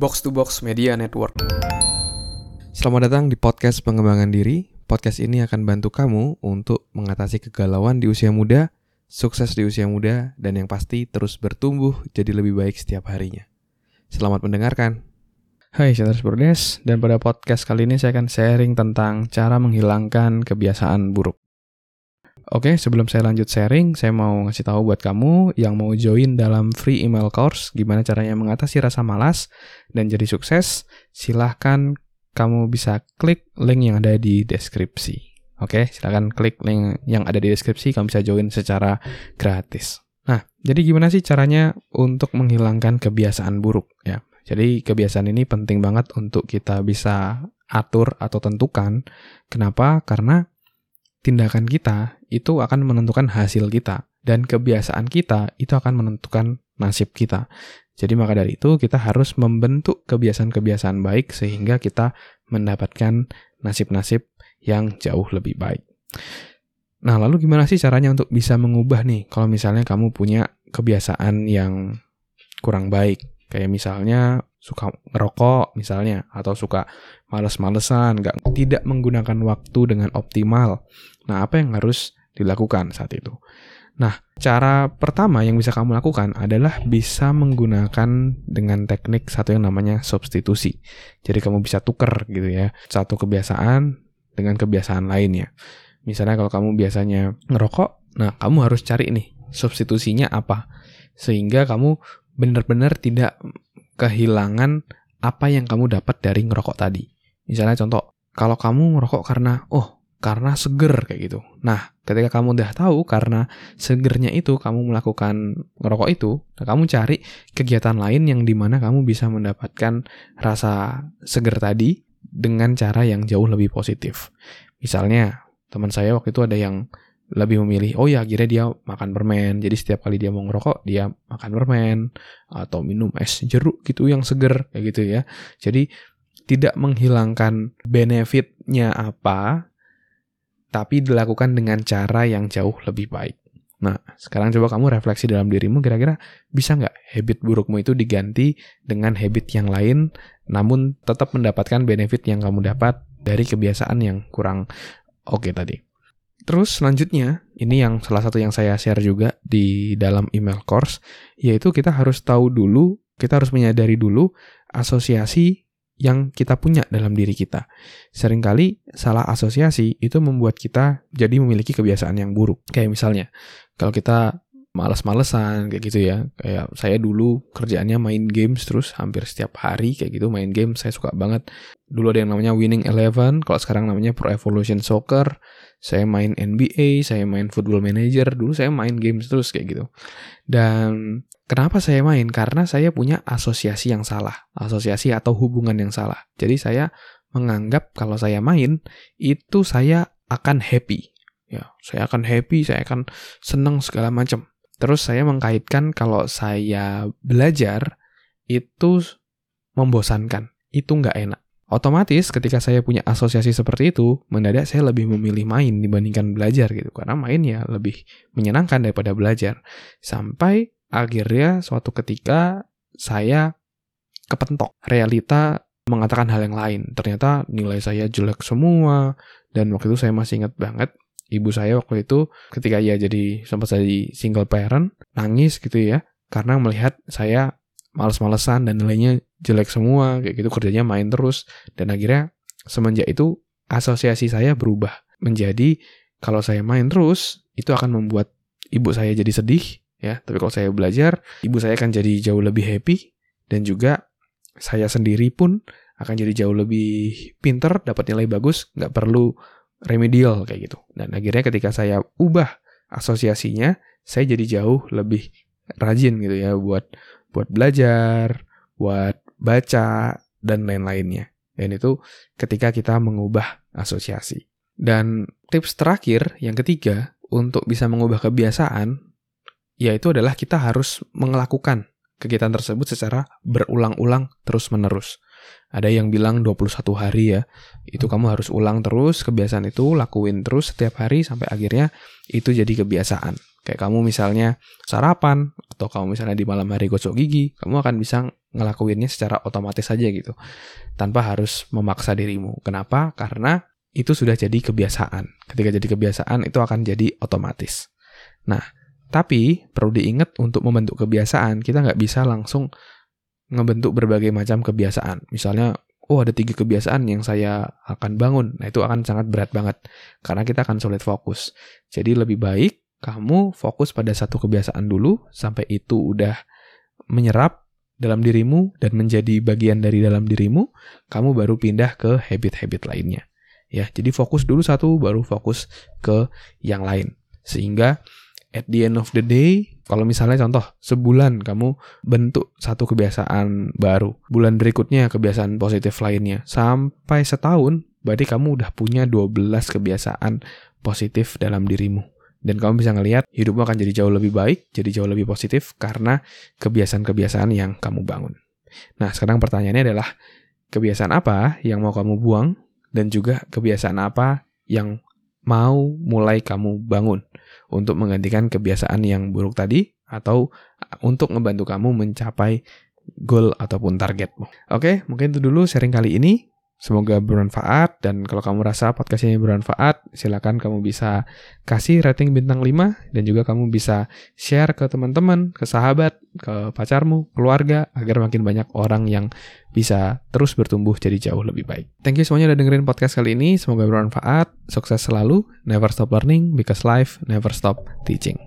Box to Box Media Network. Selamat datang di podcast pengembangan diri. Podcast ini akan bantu kamu untuk mengatasi kegalauan di usia muda, sukses di usia muda, dan yang pasti terus bertumbuh jadi lebih baik setiap harinya. Selamat mendengarkan. Hai, saya Terus dan pada podcast kali ini saya akan sharing tentang cara menghilangkan kebiasaan buruk. Oke, sebelum saya lanjut sharing, saya mau ngasih tahu buat kamu yang mau join dalam free email course gimana caranya mengatasi rasa malas dan jadi sukses, silahkan kamu bisa klik link yang ada di deskripsi. Oke, silahkan klik link yang ada di deskripsi, kamu bisa join secara gratis. Nah, jadi gimana sih caranya untuk menghilangkan kebiasaan buruk ya? Jadi kebiasaan ini penting banget untuk kita bisa atur atau tentukan. Kenapa? Karena tindakan kita itu akan menentukan hasil kita, dan kebiasaan kita itu akan menentukan nasib kita. Jadi maka dari itu kita harus membentuk kebiasaan-kebiasaan baik sehingga kita mendapatkan nasib-nasib yang jauh lebih baik. Nah, lalu gimana sih caranya untuk bisa mengubah nih kalau misalnya kamu punya kebiasaan yang kurang baik? Kayak misalnya suka ngerokok misalnya, atau suka males-malesan, tidak menggunakan waktu dengan optimal. Nah, apa yang harus dilakukan saat itu? Nah, cara pertama yang bisa kamu lakukan adalah bisa menggunakan dengan teknik satu yang namanya substitusi. Jadi kamu bisa tuker gitu ya, satu kebiasaan dengan kebiasaan lainnya. Misalnya kalau kamu biasanya ngerokok, nah kamu harus cari nih substitusinya apa, sehingga kamu benar-benar tidak kehilangan apa yang kamu dapat dari ngerokok tadi. Misalnya contoh, kalau kamu ngerokok karena seger kayak gitu. Nah, ketika kamu udah tahu karena segernya itu kamu melakukan ngerokok itu, nah kamu cari kegiatan lain yang dimana kamu bisa mendapatkan rasa seger tadi dengan cara yang jauh lebih positif. Misalnya, teman saya waktu itu ada yang lebih memilih, akhirnya dia makan permen. Jadi setiap kali dia mau ngerokok, dia makan permen atau minum es jeruk gitu yang seger kayak gitu ya. Jadi tidak menghilangkan benefitnya apa, tapi dilakukan dengan cara yang jauh lebih baik. Nah, sekarang coba kamu refleksi dalam dirimu, kira-kira bisa nggak habit burukmu itu diganti dengan habit yang lain, namun tetap mendapatkan benefit yang kamu dapat dari kebiasaan yang kurang oke tadi. Terus selanjutnya, ini yang salah satu yang saya share juga di dalam email course, yaitu kita harus menyadari dulu asosiasi yang kita punya dalam diri kita. Seringkali salah asosiasi itu membuat kita jadi memiliki kebiasaan yang buruk. Kayak misalnya, kalau kita malas-malesan kayak gitu ya, kayak saya dulu kerjaannya main games terus hampir setiap hari kayak gitu, main game saya suka banget. Dulu ada yang namanya Winning Eleven, kalau sekarang namanya Pro Evolution Soccer. Saya main NBA, saya main Football Manager, dulu saya main games terus kayak gitu. Dan kenapa saya main? Karena saya punya asosiasi yang salah, asosiasi atau hubungan yang salah. Jadi saya menganggap kalau saya main, itu saya akan happy. Ya, saya akan happy, saya akan senang segala macam. Terus saya mengkaitkan kalau saya belajar itu membosankan, itu nggak enak. Otomatis ketika saya punya asosiasi seperti itu, mendadak saya lebih memilih main dibandingkan belajar gitu. Karena main ya lebih menyenangkan daripada belajar. Sampai akhirnya suatu ketika saya kepentok. Realita mengatakan hal yang lain. Ternyata nilai saya jelek semua. Dan waktu itu saya masih ingat banget, ibu saya waktu itu ketika ia sempat jadi single parent, nangis gitu ya, karena melihat saya males-malesan dan nilainya jelek semua, kayak gitu, kerjanya main terus. Dan akhirnya semenjak itu asosiasi saya berubah menjadi kalau saya main terus, itu akan membuat ibu saya jadi sedih ya. Tapi kalau saya belajar, ibu saya akan jadi jauh lebih happy, dan juga saya sendiri pun akan jadi jauh lebih pinter, dapat nilai bagus, nggak perlu remedial kayak gitu. Dan akhirnya ketika saya ubah asosiasinya, saya jadi jauh lebih rajin gitu ya buat belajar, buat baca, dan lain-lainnya. Dan itu ketika kita mengubah asosiasi. Dan tips terakhir, yang ketiga, untuk bisa mengubah kebiasaan, yaitu adalah kita harus melakukan kegiatan tersebut secara berulang-ulang terus-menerus. Ada yang bilang 21 hari ya, itu kamu harus ulang terus kebiasaan itu, lakuin terus setiap hari sampai akhirnya itu jadi kebiasaan. Kayak kamu misalnya sarapan, atau kamu misalnya di malam hari gosok gigi, kamu akan bisa ngelakuinnya secara otomatis saja gitu, tanpa harus memaksa dirimu. Kenapa? Karena itu sudah jadi kebiasaan. Ketika jadi kebiasaan, itu akan jadi otomatis. Nah, tapi perlu diingat untuk membentuk kebiasaan, kita nggak bisa langsung ngebentuk berbagai macam kebiasaan. Misalnya, ada 3 kebiasaan yang saya akan bangun. Nah, itu akan sangat berat banget, karena kita akan sulit fokus. Jadi lebih baik kamu fokus pada satu kebiasaan dulu, sampai itu udah menyerap dalam dirimu dan menjadi bagian dari dalam dirimu, kamu baru pindah ke habit-habit lainnya. Ya, jadi fokus dulu satu, baru fokus ke yang lain. Sehingga at the end of the day, kalau misalnya contoh, sebulan kamu bentuk satu kebiasaan baru, bulan berikutnya kebiasaan positif lainnya, sampai setahun, berarti kamu udah punya 12 kebiasaan positif dalam dirimu. Dan kamu bisa ngelihat hidupmu akan jadi jauh lebih baik, jadi jauh lebih positif, karena kebiasaan-kebiasaan yang kamu bangun. Nah, sekarang pertanyaannya adalah, kebiasaan apa yang mau kamu buang, dan juga kebiasaan apa yang mau mulai kamu bangun untuk menggantikan kebiasaan yang buruk tadi, atau untuk ngebantu kamu mencapai goal ataupun targetmu. Oke, mungkin itu dulu sharing kali ini. Semoga bermanfaat, dan kalau kamu rasa podcast ini bermanfaat, silakan kamu bisa kasih rating bintang 5, dan juga kamu bisa share ke teman-teman, ke sahabat, ke pacarmu, keluarga, agar makin banyak orang yang bisa terus bertumbuh jadi jauh lebih baik. Thank you semuanya udah dengerin podcast kali ini, semoga bermanfaat, sukses selalu, never stop learning, because life never stop teaching.